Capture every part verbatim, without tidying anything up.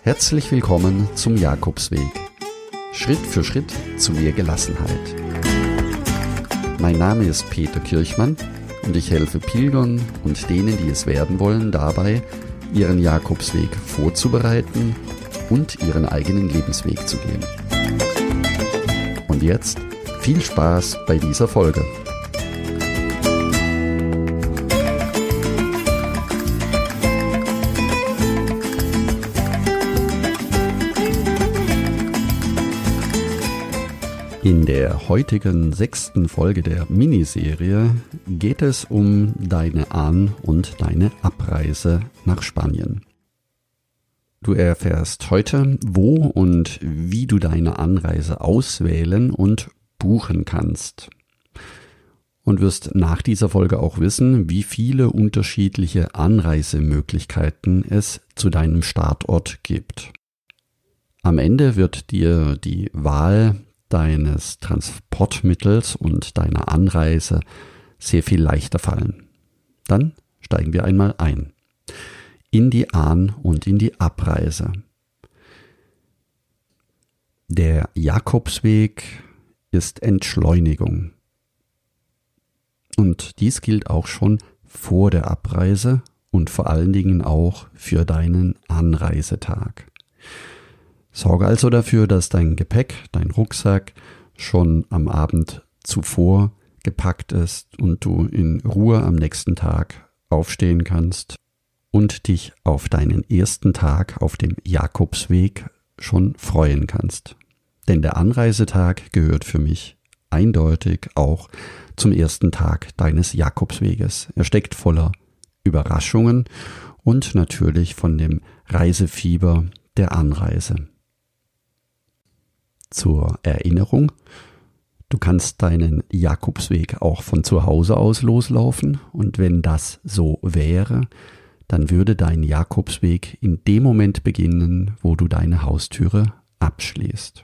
Herzlich willkommen zum Jakobsweg. Schritt für Schritt zu mehr Gelassenheit. Mein Name ist Peter Kirchmann und ich helfe Pilgern und denen, die es werden wollen, dabei, ihren Jakobsweg vorzubereiten und ihren eigenen Lebensweg zu gehen. Und jetzt viel Spaß bei dieser Folge. In der heutigen sechsten Folge der Miniserie geht es um deine An- und deine Abreise nach Spanien. Du erfährst heute, wo und wie du deine Anreise auswählen und buchen kannst. Und wirst nach dieser Folge auch wissen, wie viele unterschiedliche Anreisemöglichkeiten es zu deinem Startort gibt. Am Ende wird dir die Wahl deines Transportmittels und deiner Anreise sehr viel leichter fallen. Dann steigen wir einmal ein in die An- und in die Abreise. Der Jakobsweg ist Entschleunigung. Und dies gilt auch schon vor der Abreise und vor allen Dingen auch für deinen Anreisetag. Sorge also dafür, dass dein Gepäck, dein Rucksack schon am Abend zuvor gepackt ist und du in Ruhe am nächsten Tag aufstehen kannst und dich auf deinen ersten Tag auf dem Jakobsweg schon freuen kannst. Denn der Anreisetag gehört für mich eindeutig auch zum ersten Tag deines Jakobsweges. Er steckt voller Überraschungen und natürlich von dem Reisefieber der Anreise. Zur Erinnerung, du kannst deinen Jakobsweg auch von zu Hause aus loslaufen und wenn das so wäre, dann würde dein Jakobsweg in dem Moment beginnen, wo du deine Haustüre abschließt.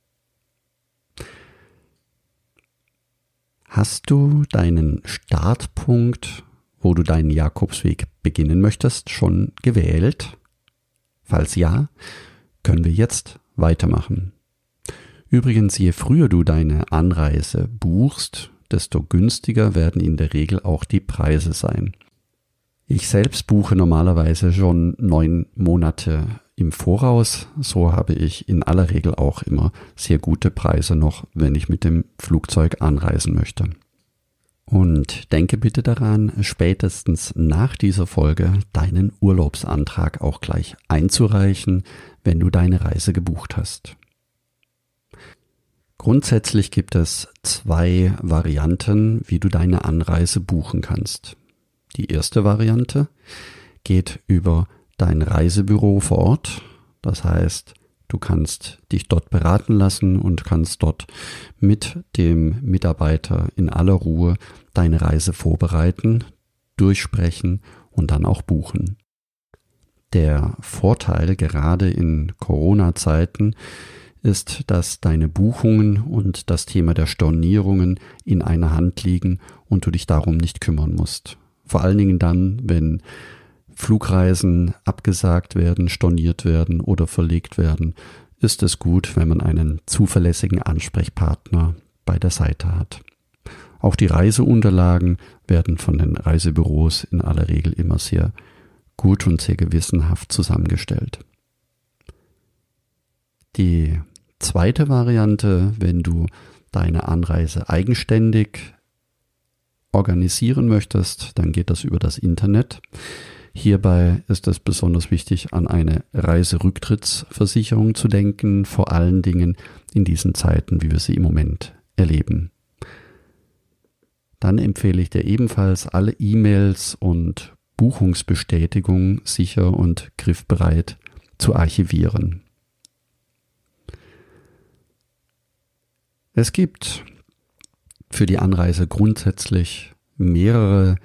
Hast du deinen Startpunkt, wo du deinen Jakobsweg beginnen möchtest, schon gewählt? Falls ja, können wir jetzt weitermachen. Übrigens, je früher du deine Anreise buchst, desto günstiger werden in der Regel auch die Preise sein. Ich selbst buche normalerweise schon neun Monate im Voraus. So habe ich in aller Regel auch immer sehr gute Preise noch, wenn ich mit dem Flugzeug anreisen möchte. Und denke bitte daran, spätestens nach dieser Folge deinen Urlaubsantrag auch gleich einzureichen, wenn du deine Reise gebucht hast. Grundsätzlich gibt es zwei Varianten, wie du deine Anreise buchen kannst. Die erste Variante geht über dein Reisebüro vor Ort. Das heißt, du kannst dich dort beraten lassen und kannst dort mit dem Mitarbeiter in aller Ruhe deine Reise vorbereiten, durchsprechen und dann auch buchen. Der Vorteil gerade in Corona-Zeiten ist, dass deine Buchungen und das Thema der Stornierungen in einer Hand liegen und du dich darum nicht kümmern musst. Vor allen Dingen dann, wenn Flugreisen abgesagt werden, storniert werden oder verlegt werden, ist es gut, wenn man einen zuverlässigen Ansprechpartner bei der Seite hat. Auch die Reiseunterlagen werden von den Reisebüros in aller Regel immer sehr gut und sehr gewissenhaft zusammengestellt. Die zweite Variante, wenn du deine Anreise eigenständig organisieren möchtest, dann geht das über das Internet. Hierbei ist es besonders wichtig, an eine Reiserücktrittsversicherung zu denken, vor allen Dingen in diesen Zeiten, wie wir sie im Moment erleben. Dann empfehle ich dir ebenfalls, alle E-Mails und Buchungsbestätigungen sicher und griffbereit zu archivieren. Es gibt für die Anreise grundsätzlich mehrere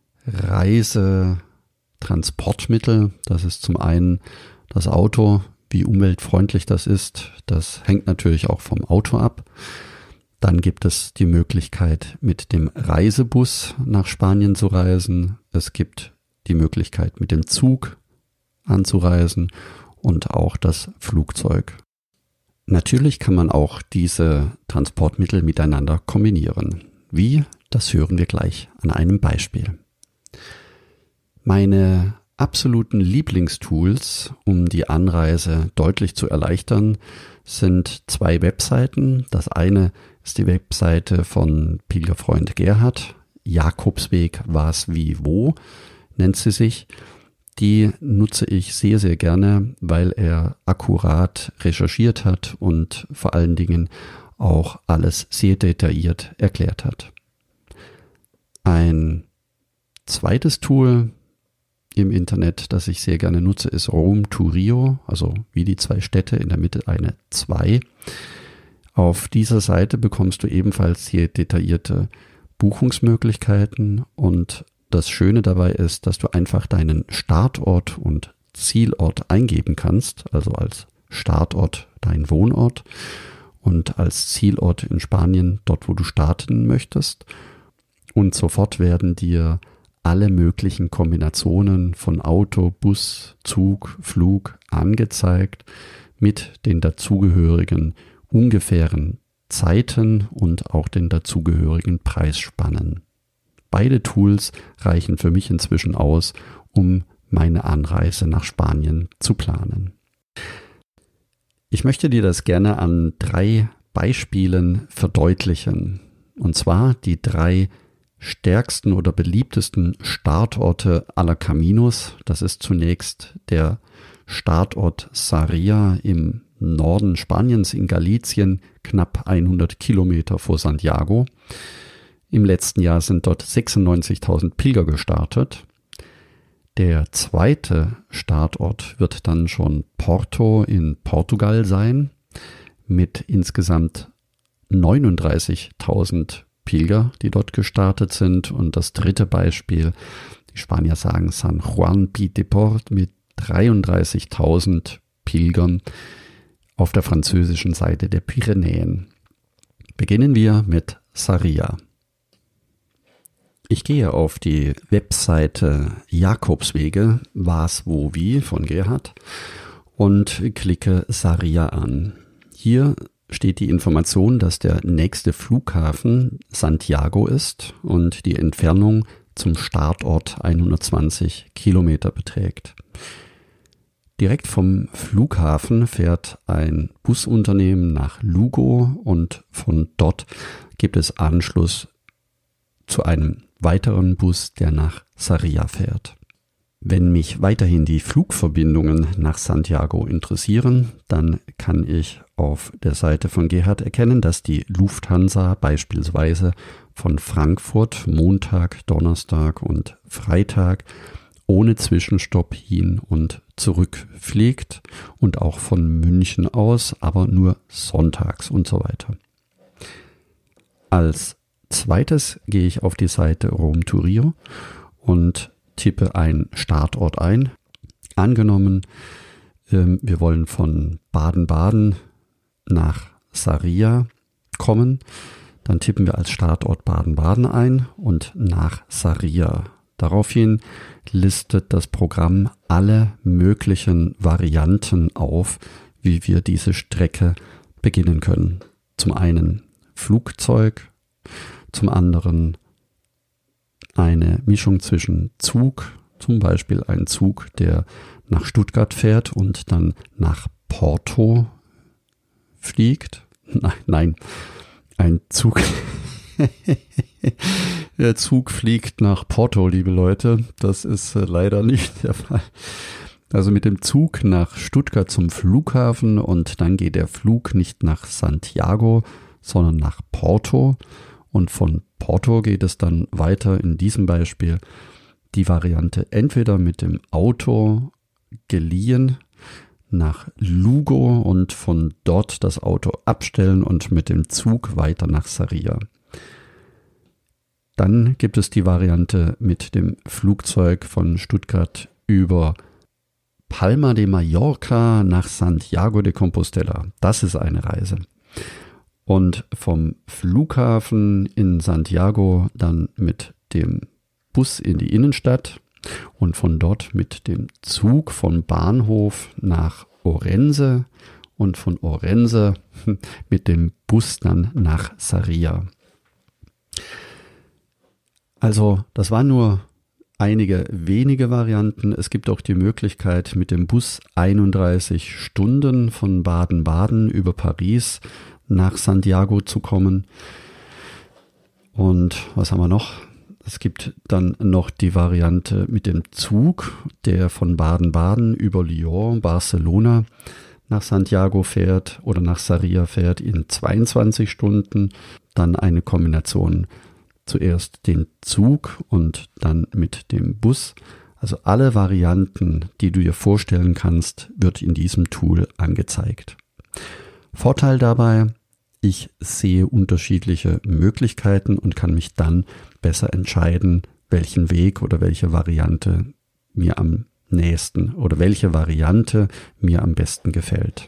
Reisetransportmittel. Das ist zum einen das Auto. Wie umweltfreundlich das ist, das hängt natürlich auch vom Auto ab. Dann gibt es die Möglichkeit, mit dem Reisebus nach Spanien zu reisen. Es gibt die Möglichkeit, mit dem Zug anzureisen und auch das Flugzeug. Natürlich kann man auch diese Transportmittel miteinander kombinieren. Wie? Das hören wir gleich an einem Beispiel. Meine absoluten Lieblingstools, um die Anreise deutlich zu erleichtern, sind zwei Webseiten. Das eine ist die Webseite von Pilgerfreund Gerhard, Jakobsweg was wie wo nennt sie sich. Die nutze ich sehr, sehr gerne, weil er akkurat recherchiert hat und vor allen Dingen auch alles sehr detailliert erklärt hat. Ein zweites Tool im Internet, das ich sehr gerne nutze, ist Rome to Rio, also wie die zwei Städte, in der Mitte eine zwei. Auf dieser Seite bekommst du ebenfalls hier detaillierte Buchungsmöglichkeiten und das Schöne dabei ist, dass du einfach deinen Startort und Zielort eingeben kannst, also als Startort dein Wohnort und als Zielort in Spanien dort, wo du starten möchtest. Und sofort werden dir alle möglichen Kombinationen von Auto, Bus, Zug, Flug angezeigt mit den dazugehörigen ungefähren Zeiten und auch den dazugehörigen Preisspannen. Beide Tools reichen für mich inzwischen aus, um meine Anreise nach Spanien zu planen. Ich möchte dir das gerne an drei Beispielen verdeutlichen. Und zwar die drei stärksten oder beliebtesten Startorte aller Caminos. Das ist zunächst der Startort Sarria im Norden Spaniens in Galicien, knapp hundert Kilometer vor Santiago. Im letzten Jahr sind dort sechsundneunzigtausend Pilger gestartet. Der zweite Startort wird dann schon Porto in Portugal sein, mit insgesamt neununddreißigtausend Pilger, die dort gestartet sind. Und das dritte Beispiel, die Spanier sagen San Juan Pi de Port mit dreiunddreißigtausend Pilgern auf der französischen Seite der Pyrenäen. Beginnen wir mit Sarria. Ich gehe auf die Webseite Jakobswege was wo wie von Gerhard und klicke Sarria an. Hier steht die Information, dass der nächste Flughafen Santiago ist und die Entfernung zum Startort hundertzwanzig Kilometer beträgt. Direkt vom Flughafen fährt ein Busunternehmen nach Lugo und von dort gibt es Anschluss zu einem weiteren Bus, der nach Sarria fährt. Wenn mich weiterhin die Flugverbindungen nach Santiago interessieren, dann kann ich auf der Seite von Gerhard erkennen, dass die Lufthansa beispielsweise von Frankfurt Montag, Donnerstag und Freitag ohne Zwischenstopp hin und zurück fliegt und auch von München aus, aber nur sonntags und so weiter. Als zweites gehe ich auf die Seite Rome to Rio und tippe einen Startort ein. Angenommen, ähm, wir wollen von Baden-Baden nach Sarria kommen, dann tippen wir als Startort Baden-Baden ein und nach Sarria. Daraufhin listet das Programm alle möglichen Varianten auf, wie wir diese Strecke beginnen können. Zum einen Flugzeug, zum anderen eine Mischung zwischen Zug, zum Beispiel ein Zug, der nach Stuttgart fährt und dann nach Porto fliegt. Nein, nein, ein Zug. Der Zug fliegt nach Porto, liebe Leute. Das ist äh, leider nicht der Fall. Also mit dem Zug nach Stuttgart zum Flughafen und dann geht der Flug nicht nach Santiago, sondern nach Porto. Und von Porto geht es dann weiter in diesem Beispiel die Variante entweder mit dem Auto geliehen nach Lugo und von dort das Auto abstellen und mit dem Zug weiter nach Sarria. Dann gibt es die Variante mit dem Flugzeug von Stuttgart über Palma de Mallorca nach Santiago de Compostela. Das ist eine Reise. Und vom Flughafen in Santiago dann mit dem Bus in die Innenstadt und von dort mit dem Zug von Bahnhof nach Orense und von Orense mit dem Bus dann nach Sarria. Also das waren nur einige wenige Varianten. Es gibt auch die Möglichkeit, mit dem Bus einunddreißig Stunden von Baden-Baden über Paris nach Santiago zu kommen. Und was haben wir noch? Es gibt dann noch die Variante mit dem Zug, der von Baden-Baden über Lyon, Barcelona nach Santiago fährt oder nach Sarria fährt in zweiundzwanzig Stunden. Dann eine Kombination zuerst den Zug und dann mit dem Bus. Also alle Varianten, die du dir vorstellen kannst, wird in diesem Tool angezeigt. Vorteil dabei: Ich sehe unterschiedliche Möglichkeiten und kann mich dann besser entscheiden, welchen Weg oder welche Variante mir am nächsten oder welche Variante mir am besten gefällt.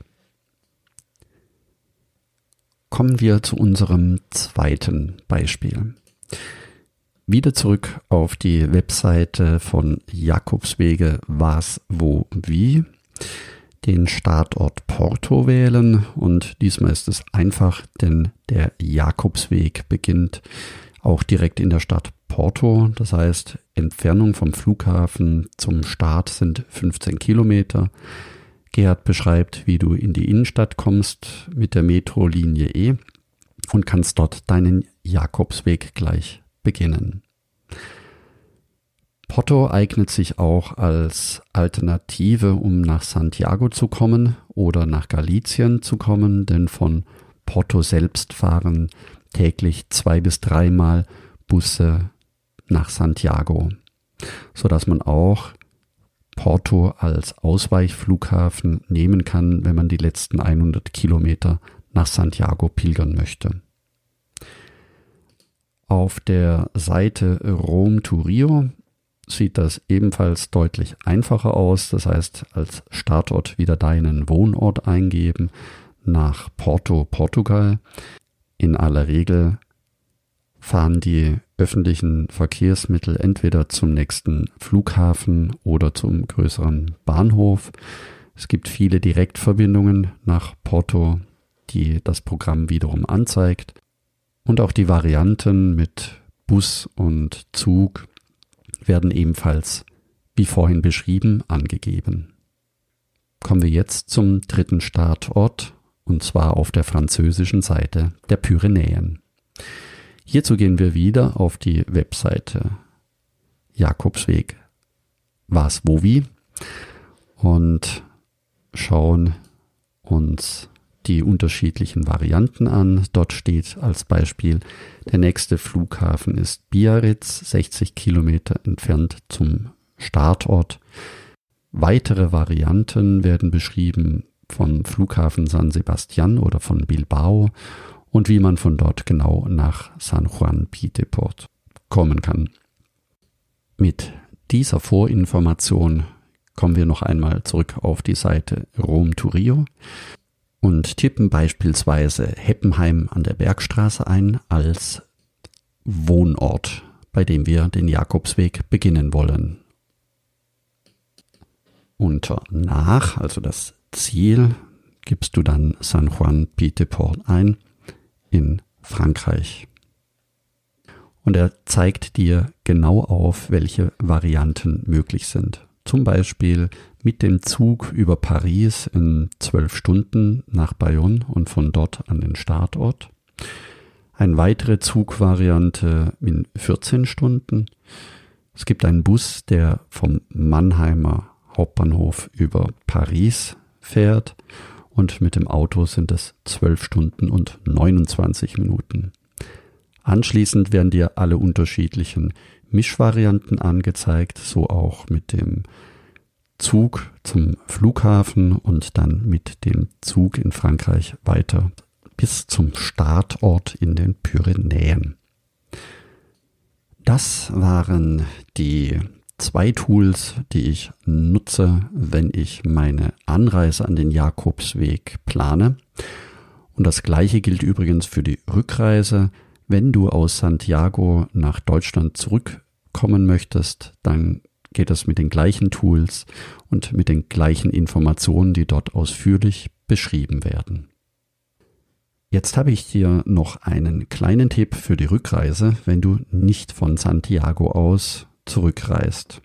Kommen wir zu unserem zweiten Beispiel. Wieder zurück auf die Webseite von Jakobswege Was, Wo, Wie. Den Startort Porto wählen und diesmal ist es einfach, denn der Jakobsweg beginnt auch direkt in der Stadt Porto. Das heißt, Entfernung vom Flughafen zum Start sind fünfzehn Kilometer. Gerhard beschreibt, wie du in die Innenstadt kommst mit der Metrolinie E und kannst dort deinen Jakobsweg gleich beginnen. Porto eignet sich auch als Alternative, um nach Santiago zu kommen oder nach Galicien zu kommen, denn von Porto selbst fahren täglich zwei bis dreimal Busse nach Santiago, sodass man auch Porto als Ausweichflughafen nehmen kann, wenn man die letzten hundert Kilometer nach Santiago pilgern möchte. Auf der Seite Rome to Rio sieht das ebenfalls deutlich einfacher aus. Das heißt, als Startort wieder deinen Wohnort eingeben, nach Porto, Portugal. In aller Regel fahren die öffentlichen Verkehrsmittel entweder zum nächsten Flughafen oder zum größeren Bahnhof. Es gibt viele Direktverbindungen nach Porto, die das Programm wiederum anzeigt. Und auch die Varianten mit Bus und Zug werden ebenfalls, wie vorhin beschrieben, angegeben. Kommen wir jetzt zum dritten Startort, und zwar auf der französischen Seite der Pyrenäen. Hierzu gehen wir wieder auf die Webseite Jakobsweg Was, Wo, Wie und schauen uns die unterschiedlichen Varianten an. Dort steht als Beispiel, der nächste Flughafen ist Biarritz, sechzig Kilometer entfernt zum Startort. Weitere Varianten werden beschrieben von Flughafen San Sebastián oder von Bilbao und wie man von dort genau nach San Juan Piteport kommen kann. Mit dieser Vorinformation kommen wir noch einmal zurück auf die Seite Rome to Rio und tippen beispielsweise Heppenheim an der Bergstraße ein als Wohnort, bei dem wir den Jakobsweg beginnen wollen. Unter nach, also das Ziel, gibst du dann San Juan Piteport ein in Frankreich. Und er zeigt dir genau auf, welche Varianten möglich sind. Zum Beispiel mit dem Zug über Paris in zwölf Stunden nach Bayonne und von dort an den Startort. Eine weitere Zugvariante in vierzehn Stunden. Es gibt einen Bus, der vom Mannheimer Hauptbahnhof über Paris fährt und mit dem Auto sind es zwölf Stunden und neunundzwanzig Minuten. Anschließend werden dir alle unterschiedlichen Mischvarianten angezeigt, so auch mit dem Zug zum Flughafen und dann mit dem Zug in Frankreich weiter bis zum Startort in den Pyrenäen. Das waren die zwei Tools, die ich nutze, wenn ich meine Anreise an den Jakobsweg plane. Und das Gleiche gilt übrigens für die Rückreise. Wenn du aus Santiago nach Deutschland zurückkommen möchtest, dann geht es mit den gleichen Tools und mit den gleichen Informationen, die dort ausführlich beschrieben werden. Jetzt habe ich dir noch einen kleinen Tipp für die Rückreise, wenn du nicht von Santiago aus zurückreist.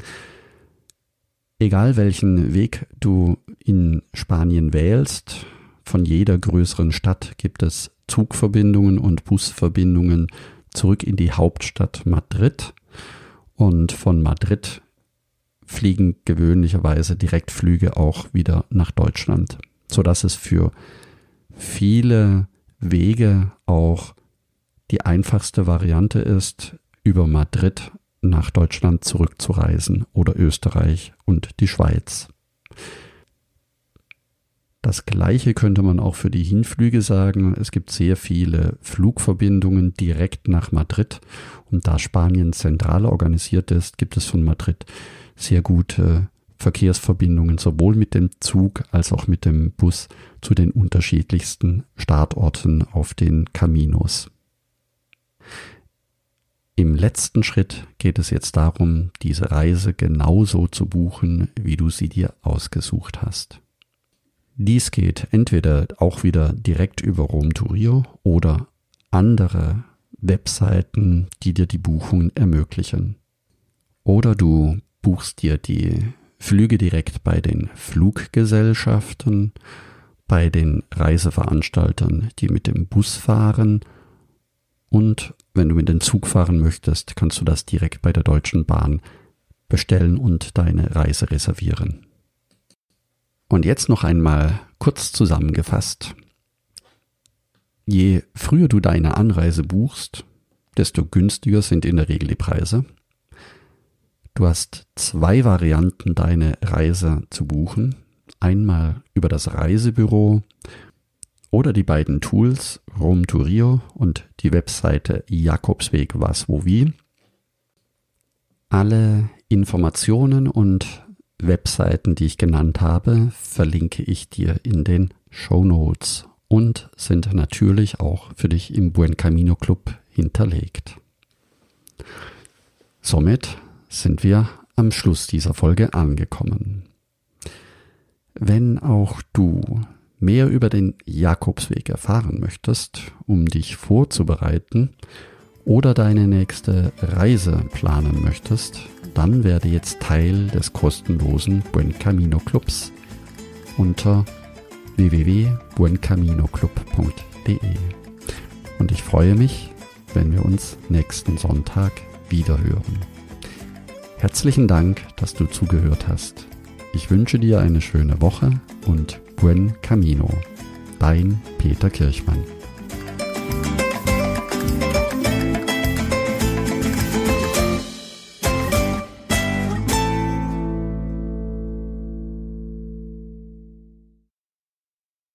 Egal welchen Weg du in Spanien wählst, von jeder größeren Stadt gibt es Zugverbindungen und Busverbindungen zurück in die Hauptstadt Madrid. Und von Madrid fliegen gewöhnlicherweise Direktflüge auch wieder nach Deutschland, sodass es für viele Wege auch die einfachste Variante ist, über Madrid nach Deutschland zurückzureisen oder Österreich und die Schweiz. Das Gleiche könnte man auch für die Hinflüge sagen. Es gibt sehr viele Flugverbindungen direkt nach Madrid. Und da Spanien zentral organisiert ist, gibt es von Madrid sehr gute Verkehrsverbindungen, sowohl mit dem Zug als auch mit dem Bus zu den unterschiedlichsten Startorten auf den Caminos. Im letzten Schritt geht es jetzt darum, diese Reise genauso zu buchen, wie du sie dir ausgesucht hast. Dies geht entweder auch wieder direkt über Rom-Tourio oder andere Webseiten, die dir die Buchung ermöglichen. Oder du buchst dir die Flüge direkt bei den Fluggesellschaften, bei den Reiseveranstaltern, die mit dem Bus fahren, und wenn du mit dem Zug fahren möchtest, kannst du das direkt bei der Deutschen Bahn bestellen und deine Reise reservieren. Und jetzt noch einmal kurz zusammengefasst. Je früher du deine Anreise buchst, desto günstiger sind in der Regel die Preise. Du hast zwei Varianten, deine Reise zu buchen. Einmal über das Reisebüro oder die beiden Tools Rom-Tourio und die Webseite Jakobsweg was wo wie. Alle Informationen und Webseiten, die ich genannt habe, verlinke ich dir in den Shownotes und sind natürlich auch für dich im Buen Camino Club hinterlegt. Somit sind wir am Schluss dieser Folge angekommen. Wenn auch du mehr über den Jakobsweg erfahren möchtest, um dich vorzubereiten oder deine nächste Reise planen möchtest, dann werde jetzt Teil des kostenlosen Buen Camino Clubs unter w w w punkt buen camino club punkt d e. Und ich freue mich, wenn wir uns nächsten Sonntag wiederhören. Herzlichen Dank, dass du zugehört hast. Ich wünsche dir eine schöne Woche und Buen Camino. Dein Peter Kirchmann.